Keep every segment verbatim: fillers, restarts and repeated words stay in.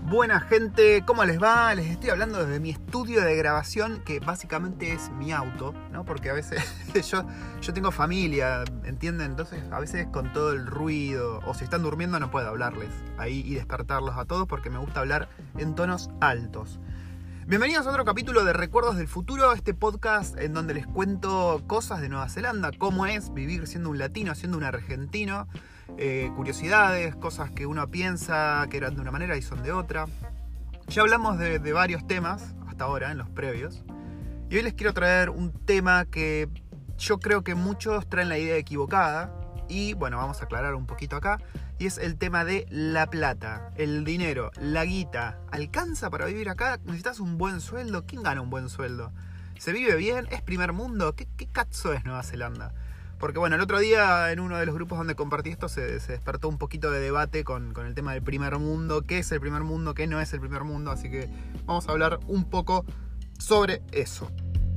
Buena gente, ¿cómo les va? Les estoy hablando desde mi estudio de grabación, que básicamente es mi auto, ¿no? Porque a veces yo, yo tengo familia, ¿entienden? Entonces a veces con todo el ruido, o si están durmiendo no puedo hablarles ahí y despertarlos a todos porque me gusta hablar en tonos altos. Bienvenidos a otro capítulo de Recuerdos del Futuro, este podcast en donde les cuento cosas de Nueva Zelanda, cómo es vivir siendo un latino, siendo un argentino, eh, curiosidades, cosas que uno piensa que eran de una manera y son de otra. Ya hablamos de, de varios temas hasta ahora en los previos, y hoy les quiero traer un tema que yo creo que muchos traen la idea equivocada, y bueno, vamos a aclarar un poquito acá. Y es el tema de la plata, el dinero, la guita. ¿Alcanza para vivir acá? ¿Necesitas un buen sueldo? ¿Quién gana un buen sueldo? ¿Se vive bien? ¿Es primer mundo? ¿Qué, qué cazzo es Nueva Zelanda? Porque bueno, el otro día en uno de los grupos donde compartí esto se, se despertó un poquito de debate con, con el tema del primer mundo. ¿Qué es el primer mundo? ¿Qué no es el primer mundo? Así que vamos a hablar un poco sobre eso.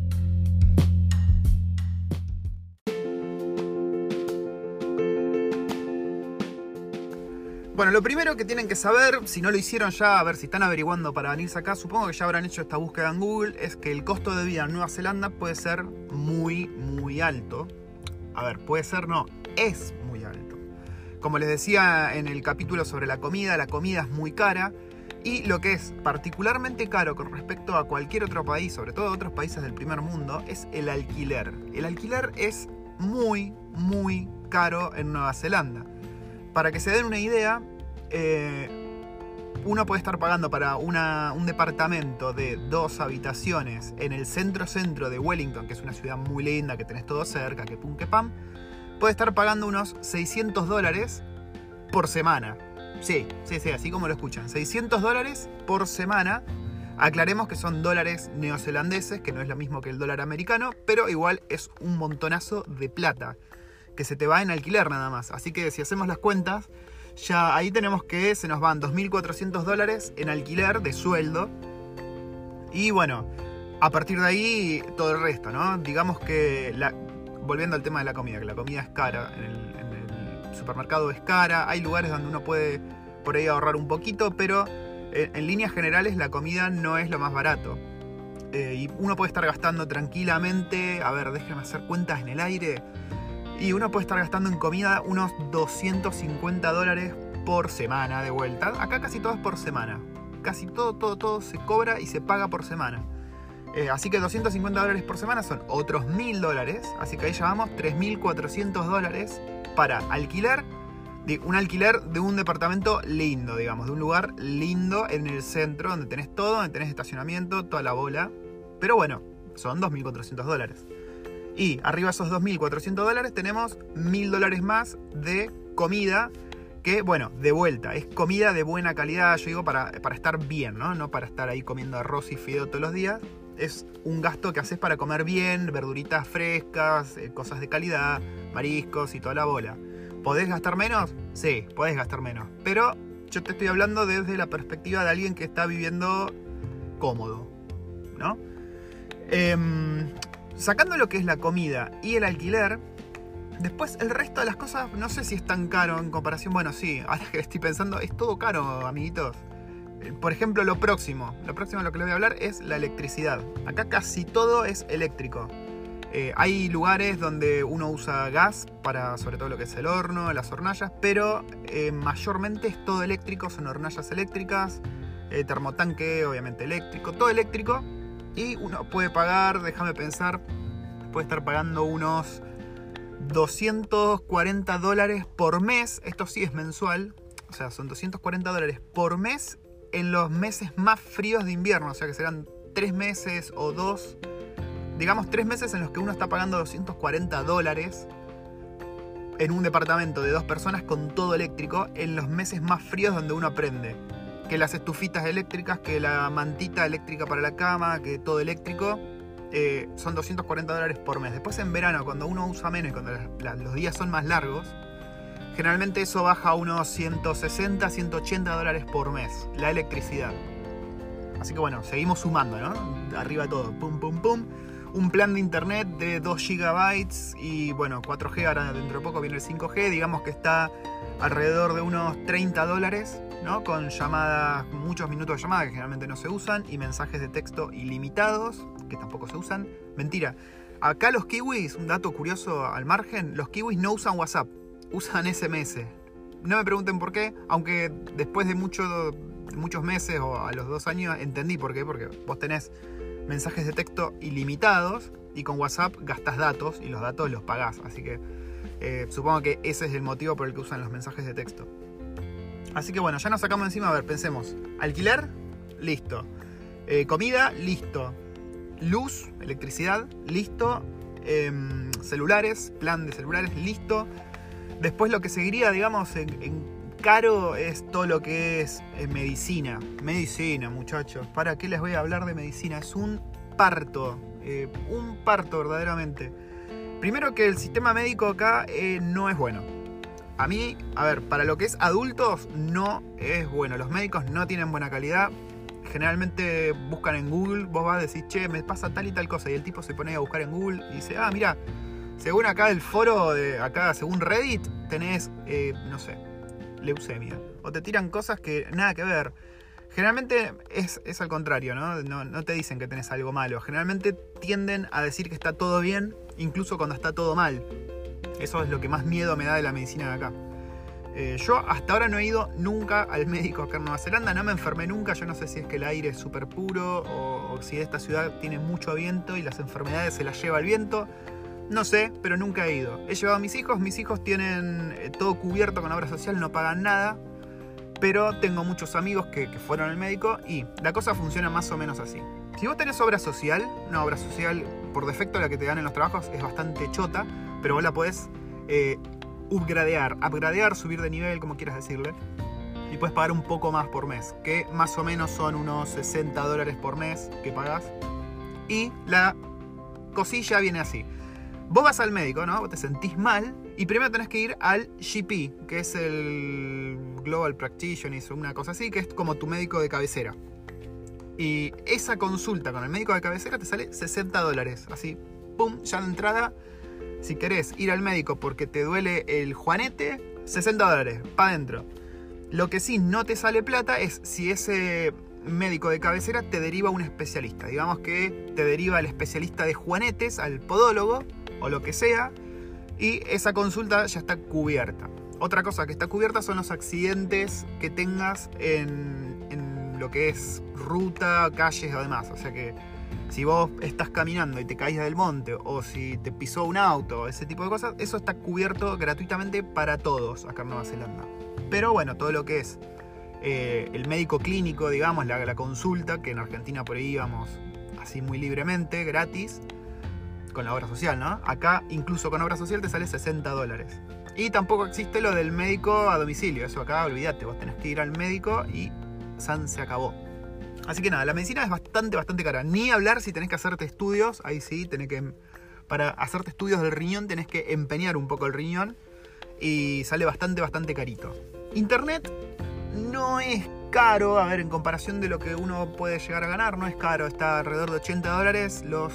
Bueno, lo primero que tienen que saber, si no lo hicieron ya, a ver si están averiguando para venirse acá, supongo que ya habrán hecho esta búsqueda en Google, es que el costo de vida en Nueva Zelanda puede ser muy, muy alto. A ver, puede ser, no, es muy alto. Como les decía en el capítulo sobre la comida, la comida es muy cara. Y lo que es particularmente caro con respecto a cualquier otro país, sobre todo a otros países del primer mundo, es el alquiler. El alquiler es muy, muy caro en Nueva Zelanda. Para que se den una idea, eh, uno puede estar pagando para una, un departamento de dos habitaciones en el centro-centro de Wellington, que es una ciudad muy linda, que tenés todo cerca, que pum que pam, puede estar pagando unos seiscientos dólares por semana. Sí, sí, sí, así como lo escuchan, seiscientos dólares por semana. Aclaremos que son dólares neozelandeses, que no es lo mismo que el dólar americano, pero igual es un montonazo de plata que se te va en alquiler nada más. Así que si hacemos las cuentas, ya ahí tenemos que se nos van dos mil cuatrocientos dólares en alquiler de sueldo. Y bueno, a partir de ahí todo el resto, ¿no? Digamos que, la, volviendo al tema de la comida, que la comida es cara, en el, en el supermercado es cara, hay lugares donde uno puede por ahí ahorrar un poquito, pero en, en líneas generales la comida no es lo más barato. Eh, y uno puede estar gastando tranquilamente, a ver, déjenme hacer cuentas en el aire, y uno puede estar gastando en comida unos doscientos cincuenta dólares por semana de vuelta. Acá casi todo es por semana. Casi todo, todo, todo se cobra y se paga por semana. Eh, así que doscientos cincuenta dólares por semana son otros mil dólares. Así que ahí ya vamos tres mil cuatrocientos dólares para alquilar. De un alquiler de un departamento lindo, digamos. De un lugar lindo en el centro, donde tenés todo, donde tenés estacionamiento, toda la bola. Pero bueno, son dos mil cuatrocientos dólares. Y arriba de esos dos mil cuatrocientos dólares tenemos mil dólares más de comida, que bueno, de vuelta, es comida de buena calidad, yo digo, para, para estar bien, ¿no? No para estar ahí comiendo arroz y fideo todos los días. Es un gasto que haces para comer bien, verduritas frescas, eh, cosas de calidad, mariscos y toda la bola. ¿Podés gastar menos? Sí, podés gastar menos. Pero yo te estoy hablando desde la perspectiva de alguien que está viviendo cómodo, ¿no? Eh... Sacando lo que es la comida y el alquiler, después el resto de las cosas no sé si es tan caro en comparación. Bueno, sí, ahora que estoy pensando, es todo caro, amiguitos. Por ejemplo, lo próximo, lo próximo a lo que les voy a hablar es la electricidad. Acá casi todo es eléctrico. Eh, hay lugares donde uno usa gas para sobre todo lo que es el horno, las hornallas, pero eh, mayormente es todo eléctrico, son hornallas eléctricas, eh, termotanque obviamente eléctrico, todo eléctrico. Y uno puede pagar, déjame pensar, puede estar pagando unos doscientos cuarenta dólares por mes. Esto sí es mensual, o sea, son doscientos cuarenta dólares por mes en los meses más fríos de invierno. O sea, que serán tres meses o dos, digamos tres meses en los que uno está pagando doscientos cuarenta dólares en un departamento de dos personas con todo eléctrico en los meses más fríos donde uno prende. Que las estufitas eléctricas, que la mantita eléctrica para la cama, que todo eléctrico, eh, son doscientos cuarenta dólares por mes. Después en verano, cuando uno usa menos y cuando la, la, los días son más largos, generalmente eso baja a unos ciento sesenta, ciento ochenta dólares por mes, la electricidad. Así que bueno, seguimos sumando, ¿no? Arriba todo, pum, pum, pum. un plan de internet de dos gigabytes y bueno, cuatro G, ahora dentro de poco viene el cinco G, digamos que está alrededor de unos treinta dólares, ¿no? Con llamadas, muchos minutos de llamada que generalmente no se usan y mensajes de texto ilimitados que tampoco se usan. Mentira, acá los kiwis, un dato curioso al margen, los kiwis no usan WhatsApp, usan S M S. No me pregunten por qué, aunque después de mucho, muchos meses o a los dos años entendí por qué, porque vos tenés mensajes de texto ilimitados y con WhatsApp gastas datos y los datos los pagás, así que eh, supongo que ese es el motivo por el que usan los mensajes de texto. Así que bueno, ya nos sacamos encima, a ver, pensemos. Alquiler, listo. Eh, comida, listo. Luz, electricidad, listo. Eh, celulares, plan de celulares, listo. Después lo que seguiría, digamos, en, en caro es todo lo que es eh, medicina. Medicina, muchachos. ¿Para qué les voy a hablar de medicina? Es un parto. Eh, un parto verdaderamente. Primero que el sistema médico acá eh, no es bueno. A mí, a ver, para lo que es adultos no es bueno. Los médicos no tienen buena calidad. Generalmente buscan en Google. Vos vas a decir, che, me pasa tal y tal cosa. Y el tipo se pone a buscar en Google y dice, ah, mira, según acá el foro, de acá según Reddit, tenés, eh, no sé, leucemia. O te tiran cosas que nada que ver. Generalmente es, es al contrario, ¿no? ¿no? No te dicen que tenés algo malo. Generalmente tienden a decir que está todo bien, incluso cuando está todo mal. Eso es lo que más miedo me da de la medicina de acá. Eh, yo hasta ahora no he ido nunca al médico acá en Nueva Zelanda, no me enfermé nunca. Yo no sé si es que el aire es súper puro o, o si esta ciudad tiene mucho viento y las enfermedades se las lleva el viento. No sé, pero nunca he ido. He llevado a mis hijos, mis hijos tienen eh, todo cubierto con obra social, no pagan nada. Pero tengo muchos amigos que, que fueron al médico y la cosa funciona más o menos así. Si vos tenés obra social, una obra social por defecto la que te dan en los trabajos es bastante chota, pero vos la podés eh, upgradear, upgradear, subir de nivel, como quieras decirle, y puedes pagar un poco más por mes, que más o menos son unos sesenta dólares por mes que pagás. Y la cosilla viene así. Vos vas al médico, ¿no? Vos te sentís mal y primero tenés que ir al G P, que es el Global Practitioner, una cosa así, que es como tu médico de cabecera. Y esa consulta con el médico de cabecera te sale sesenta dólares. Así, pum, ya de entrada. Si querés ir al médico porque te duele el juanete, sesenta dólares, para adentro. Lo que sí no te sale plata es si ese médico de cabecera te deriva a un especialista. Digamos que te deriva al especialista de juanetes, al podólogo o lo que sea, y esa consulta ya está cubierta. Otra cosa que está cubierta son los accidentes que tengas en, en lo que es ruta, calles o demás. O sea que si vos estás caminando y te caes del monte, o si te pisó un auto, ese tipo de cosas, eso está cubierto gratuitamente para todos acá en Nueva Zelanda. Pero bueno, todo lo que es eh, el médico clínico, digamos, la, la consulta, que en Argentina por ahí íbamos así muy libremente, gratis, con la obra social, ¿no? Acá, incluso con obra social, te sale sesenta dólares. Y tampoco existe lo del médico a domicilio. Eso acá, olvídate, vos tenés que ir al médico y san se acabó. Así que nada, la medicina es bastante, bastante cara. Ni hablar si tenés que hacerte estudios. Ahí sí, tenés que... Para hacerte estudios del riñón tenés que empeñar un poco el riñón. Y sale bastante, bastante carito. Internet no es caro. A ver, en comparación de lo que uno puede llegar a ganar, no es caro. Está alrededor de ochenta dólares los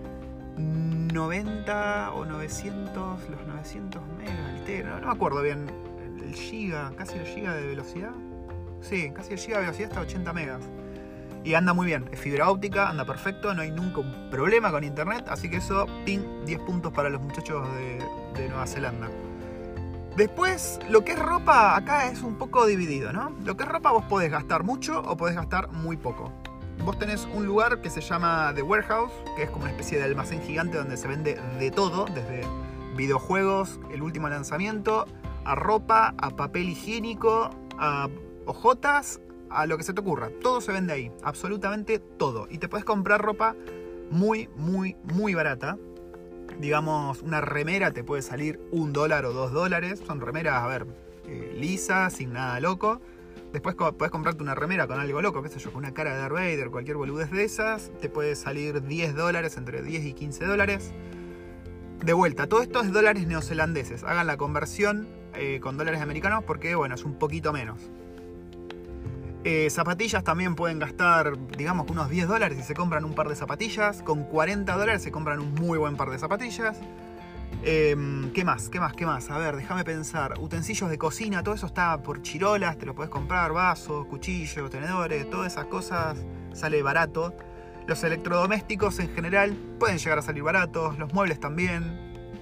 noventa o novecientos, los novecientos megas, no, no me acuerdo bien, el giga, casi el giga de velocidad. Sí, casi el giga de velocidad hasta ochenta megas. Y anda muy bien, es fibra óptica, anda perfecto, no hay nunca un problema con internet, así que eso, ping, diez puntos para los muchachos de, de Nueva Zelanda. Después, lo que es ropa, acá es un poco dividido, ¿no? Lo que es ropa vos podés gastar mucho o podés gastar muy poco. Vos tenés un lugar que se llama The Warehouse, que es como una especie de almacén gigante donde se vende de todo, desde videojuegos, el último lanzamiento, a ropa, a papel higiénico, a hojotas, a lo que se te ocurra. Todo se vende ahí, absolutamente todo. Y te puedes comprar ropa muy, muy, muy barata. Digamos, una remera te puede salir un dólar o dos dólares. Son remeras, a ver, eh, lisas, sin nada loco. Después podés comprarte una remera con algo loco, qué sé yo, con una cara de Darth Vader, cualquier boludez de esas. Te puede salir diez dólares, entre diez y quince dólares. De vuelta, todo esto es dólares neozelandeses. Hagan la conversión eh, con dólares americanos porque, bueno, es un poquito menos. Eh, zapatillas también pueden gastar, digamos, unos diez dólares si se compran un par de zapatillas. Con cuarenta dólares se compran un muy buen par de zapatillas. Eh, ¿Qué más? ¿Qué más? ¿Qué más? A ver, déjame pensar. Utensilios de cocina, todo eso está por chirolas, te lo puedes comprar, vasos, cuchillos, tenedores, todas esas cosas sale barato. Los electrodomésticos en general pueden llegar a salir baratos, los muebles también.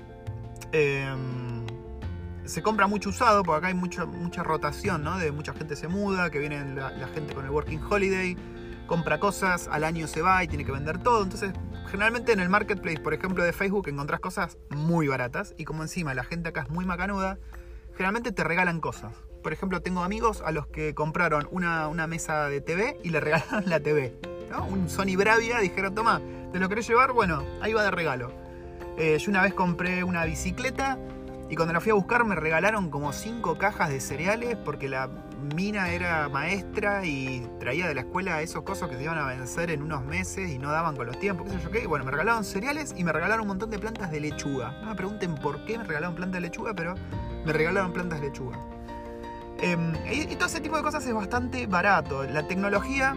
Eh, se compra mucho usado, porque acá hay mucha, mucha rotación, ¿no? De mucha gente se muda, que viene la, la gente con el Working Holiday, compra cosas, al año se va y tiene que vender todo. Entonces, generalmente en el marketplace, por ejemplo, de Facebook, encontrás cosas muy baratas. Y como encima la gente acá es muy macanuda, generalmente te regalan cosas. Por ejemplo, tengo amigos a los que compraron una, una mesa de T V y le regalaron la T V, ¿no? Un Sony Bravia, dijeron, toma, ¿te lo querés llevar? Bueno, ahí va de regalo. Eh, yo una vez compré una bicicleta y cuando la fui a buscar me regalaron como cinco cajas de cereales porque la mina era maestra y traía de la escuela esos cosas que se iban a vencer en unos meses y no daban con los tiempos, qué sé yo qué. Y bueno, me regalaron cereales y me regalaron un montón de plantas de lechuga. No me pregunten por qué me regalaron plantas de lechuga, pero me regalaron plantas de lechuga. Eh, y, y todo ese tipo de cosas es bastante barato. La tecnología...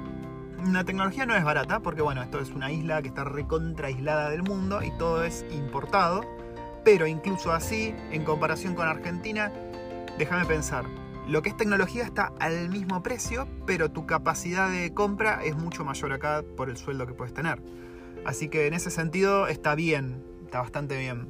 La tecnología no es barata porque, bueno, esto es una isla que está recontra aislada del mundo y todo es importado. Pero incluso así, en comparación con Argentina, déjame pensar, lo que es tecnología está al mismo precio, pero tu capacidad de compra es mucho mayor acá por el sueldo que puedes tener. Así que en ese sentido está bien, está bastante bien.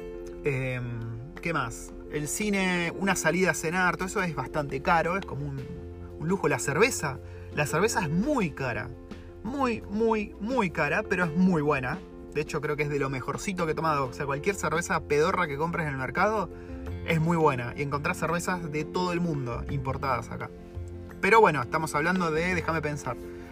Eh, ¿Qué más? El cine, una salida a cenar, todo eso es bastante caro, es como un, un lujo. La cerveza, la cerveza es muy cara, muy, muy, muy cara, pero es muy buena. De hecho, creo que es de lo mejorcito que he tomado. O sea, cualquier cerveza pedorra que compres en el mercado es muy buena. Y encontrás cervezas de todo el mundo importadas acá. Pero bueno, estamos hablando de, déjame pensar,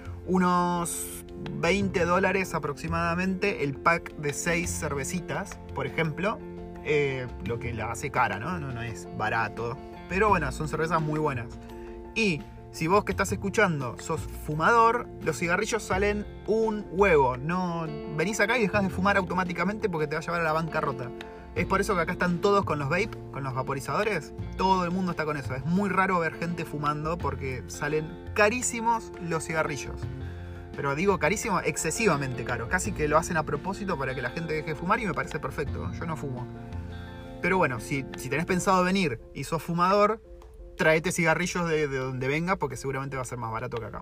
unos veinte dólares aproximadamente el pack de seis cervecitas, por ejemplo. Eh, lo que la hace cara, ¿no? ¿no? No es barato. Pero bueno, son cervezas muy buenas. Y... si vos que estás escuchando sos fumador, los cigarrillos salen un huevo. No venís acá y dejás de fumar automáticamente porque te va a llevar a la bancarrota. Es por eso que acá están todos con los vape, con los vaporizadores. Todo el mundo está con eso. Es muy raro ver gente fumando porque salen carísimos los cigarrillos. Pero digo carísimo, excesivamente caro. Casi que lo hacen a propósito para que la gente deje de fumar y me parece perfecto. Yo no fumo. Pero bueno, si, si tenés pensado venir y sos fumador... traete cigarrillos de, de donde venga porque seguramente va a ser más barato que acá.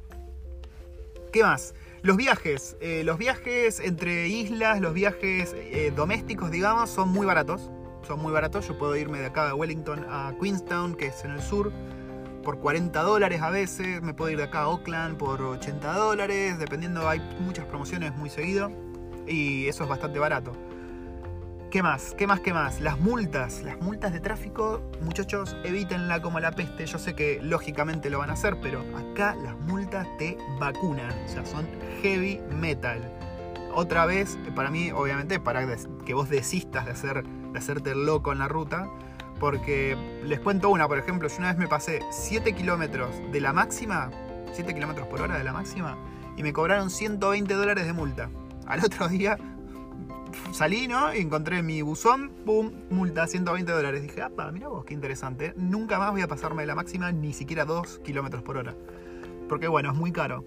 ¿Qué más? Los viajes. Eh, los viajes entre islas, los viajes eh, domésticos, digamos, son muy baratos. Son muy baratos. Yo puedo irme de acá de Wellington a Queenstown, que es en el sur, por cuarenta dólares a veces. Me puedo ir de acá a Auckland por ochenta dólares. Dependiendo, hay muchas promociones muy seguido. Y eso es bastante barato. ¿Qué más? ¿Qué más? ¿Qué más? Las multas. Las multas de tráfico, muchachos, evítenla como la peste. Yo sé que lógicamente lo van a hacer, pero acá las multas te vacunan. O sea, son heavy metal. Otra vez, para mí, obviamente, para que vos desistas de, hacer, de hacerte el loco en la ruta. Porque les cuento una, por ejemplo, yo una vez me pasé siete kilómetros de la máxima, siete kilómetros por hora de la máxima, y me cobraron ciento veinte dólares de multa. Al otro día... salí, ¿no? Y encontré mi buzón, pum, multa, ciento veinte dólares. Dije, apa, mirá vos, qué interesante. Nunca más voy a pasarme de la máxima ni siquiera dos kilómetros por hora. Porque bueno, es muy caro.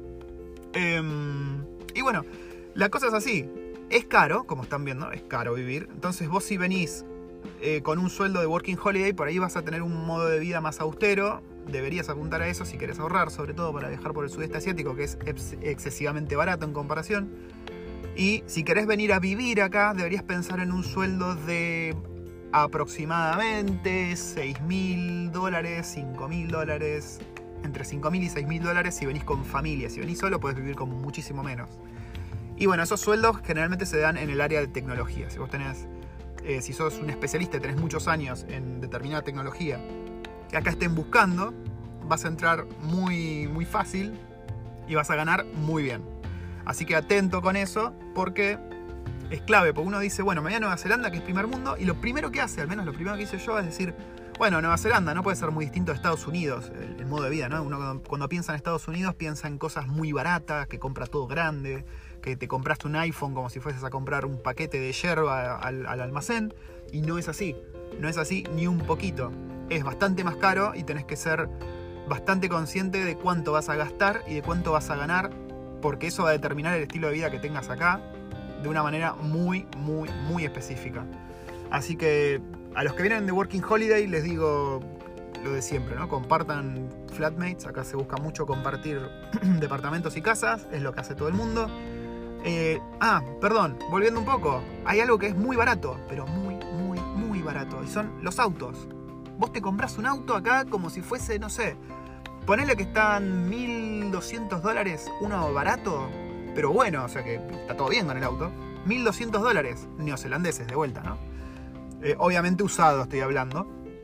Eh, y bueno, la cosa es así. Es caro, como están viendo, es caro vivir. Entonces vos si venís eh, con un sueldo de Working Holiday, por ahí vas a tener un modo de vida más austero. Deberías apuntar a eso si querés ahorrar, sobre todo para viajar por el sudeste asiático, que es ex- excesivamente barato en comparación. Y si querés venir a vivir acá, deberías pensar en un sueldo de aproximadamente seis mil dólares, cinco mil dólares, entre cinco mil y seis mil dólares si venís con familia. Si venís solo, podés vivir con muchísimo menos. Y bueno, esos sueldos generalmente se dan en el área de tecnología. Si vos tenés, eh, si sos un especialista y tenés muchos años en determinada tecnología que acá estén buscando, vas a entrar muy, muy fácil y vas a ganar muy bien. Así que atento con eso, porque es clave, porque uno dice, bueno, me voy a Nueva Zelanda, que es primer mundo, y lo primero que hace, al menos lo primero que hice yo, es decir, bueno, Nueva Zelanda no puede ser muy distinto a Estados Unidos, el, el modo de vida, ¿no? Uno cuando, cuando piensa en Estados Unidos piensa en cosas muy baratas, que compra todo grande, que te compraste un iPhone como si fueses a comprar un paquete de yerba al, al almacén, y no es así, no es así ni un poquito. Es bastante más caro y tenés que ser bastante consciente de cuánto vas a gastar y de cuánto vas a ganar, porque eso va a determinar el estilo de vida que tengas acá de una manera muy, muy, muy específica. Así que a los que vienen de Working Holiday les digo lo de siempre, ¿no? Compartan flatmates. Acá se busca mucho compartir departamentos y casas, es lo que hace todo el mundo. Eh, ah, perdón, volviendo un poco, hay algo que es muy barato, pero muy, muy, muy barato, y son los autos. Vos te comprás un auto acá como si fuese, no sé, ponele que están mil doscientos dólares, uno barato, pero bueno, o sea que está todo bien con el auto. mil doscientos dólares, neozelandeses de vuelta, ¿no? Eh, obviamente usado estoy hablando,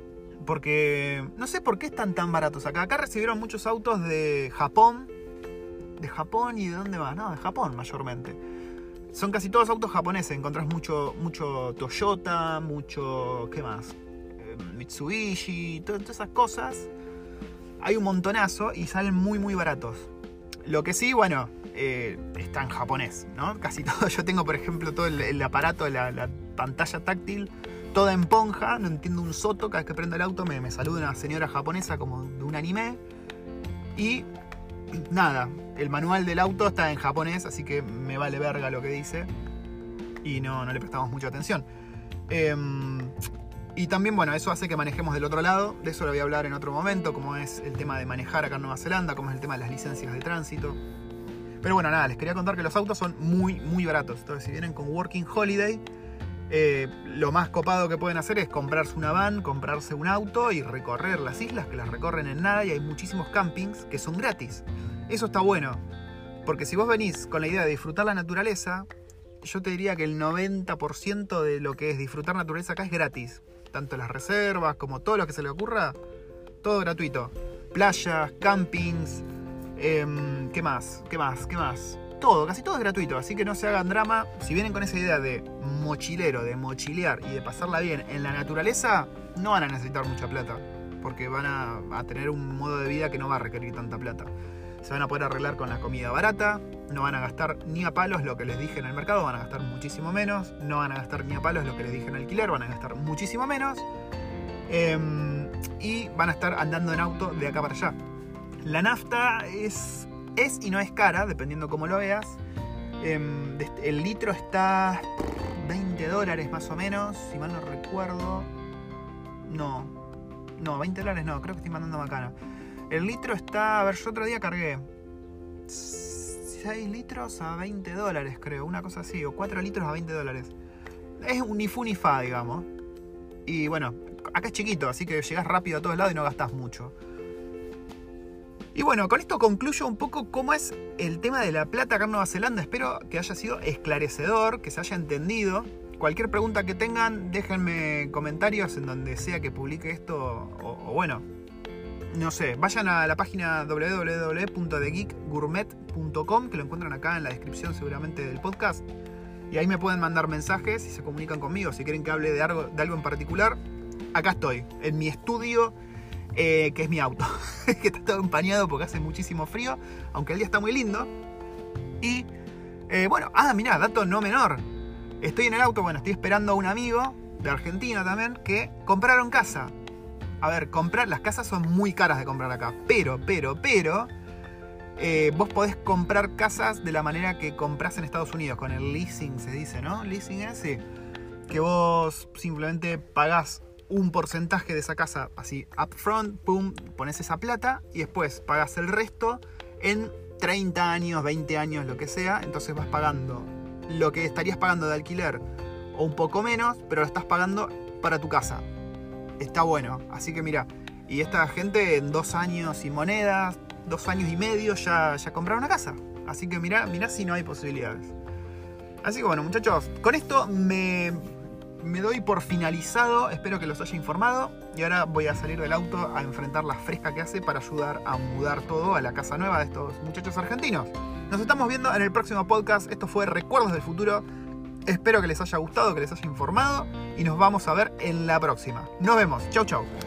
porque no sé por qué están tan baratos acá. Acá recibieron muchos autos de Japón, de Japón y de dónde más, no, de Japón mayormente. Son casi todos autos japoneses, encontrás mucho, mucho Toyota, mucho, ¿qué más? Eh, Mitsubishi, todas esas cosas. Hay un montonazo y salen muy muy baratos. Lo que sí, bueno, eh, está en japonés, ¿no? Casi todo. Yo tengo, por ejemplo, todo el, el aparato, la, la pantalla táctil, toda en ponja, no entiendo un soto. Cada vez que prendo el auto me, me saluda una señora japonesa como de un anime. Y nada, el manual del auto está en japonés, así que me vale verga lo que dice. Y no, no le prestamos mucha atención. Eh, y también, bueno, eso hace que manejemos del otro lado. De eso lo voy a hablar en otro momento, como es el tema de manejar acá en Nueva Zelanda, como es el tema de las licencias de tránsito. Pero bueno, nada, les quería contar que los autos son muy, muy baratos. Entonces, si vienen con Working Holiday, eh, lo más copado que pueden hacer es comprarse una van, comprarse un auto y recorrer las islas, que las recorren en nada, y hay muchísimos campings que son gratis. Eso está bueno, porque si vos venís con la idea de disfrutar la naturaleza, yo te diría que el noventa por ciento de lo que es disfrutar naturaleza acá es gratis. Tanto las reservas como todo lo que se le ocurra, todo gratuito. Playas, campings, eh, ¿qué más? ¿Qué más? ¿Qué más? Todo, casi todo es gratuito, así que no se hagan drama. Si vienen con esa idea de mochilero, de mochilear y de pasarla bien en la naturaleza, no van a necesitar mucha plata, porque van a, a tener un modo de vida que no va a requerir tanta plata. Se van a poder arreglar con la comida barata, no van a gastar ni a palos lo que les dije en el mercado, van a gastar muchísimo menos, no van a gastar ni a palos lo que les dije en alquiler, van a gastar muchísimo menos, eh, y van a estar andando en auto de acá para allá. La nafta es, es y no es cara, dependiendo cómo lo veas. Eh, el litro está veinte dólares más o menos, si mal no recuerdo. No, no, veinte dólares no, creo que estoy mandando macana. El litro está, a ver, yo otro día cargué seis litros a veinte dólares, creo, una cosa así, o cuatro litros a veinte dólares. Es un ni fu ni fa, digamos. Y bueno, acá es chiquito, así que llegás rápido a todos lados y no gastás mucho. Y bueno, con esto concluyo un poco cómo es el tema de la plata acá en Nueva Zelanda. Espero que haya sido esclarecedor, que se haya entendido. Cualquier pregunta que tengan, déjenme comentarios en donde sea que publique esto, o, o bueno, no sé, vayan a la página doble u doble u doble u punto the geek gourmet punto com, que lo encuentran acá en la descripción seguramente del podcast, y ahí me pueden mandar mensajes y se comunican conmigo si quieren que hable de algo, de algo en particular. Acá estoy, en mi estudio, eh, que es mi auto, que está todo empañado porque hace muchísimo frío, aunque el día está muy lindo. Y eh, bueno, ah, mirá, dato no menor, estoy en el auto, bueno, estoy esperando a un amigo de Argentina también, que compraron casa. A ver, comprar, las casas son muy caras de comprar acá, pero, pero, pero, eh, vos podés comprar casas de la manera que compras en Estados Unidos, con el leasing se dice, ¿no? Leasing es, sí, que vos simplemente pagás un porcentaje de esa casa así, upfront, pum, pones esa plata y después pagás el resto en treinta años, veinte años, lo que sea, entonces vas pagando lo que estarías pagando de alquiler o un poco menos, pero lo estás pagando para tu casa. Está bueno, así que mira, y esta gente en dos años y monedas, dos años y medio ya, ya compraron una casa. Así que mira, mira si no hay posibilidades. Así que bueno, muchachos, con esto me, me doy por finalizado. Espero que los haya informado. Y ahora voy a salir del auto a enfrentar la fresca que hace para ayudar a mudar todo a la casa nueva de estos muchachos argentinos. Nos estamos viendo en el próximo podcast. Esto fue Recuerdos del Futuro. Espero que les haya gustado, que les haya informado y nos vamos a ver en la próxima. Nos vemos. Chau, chau.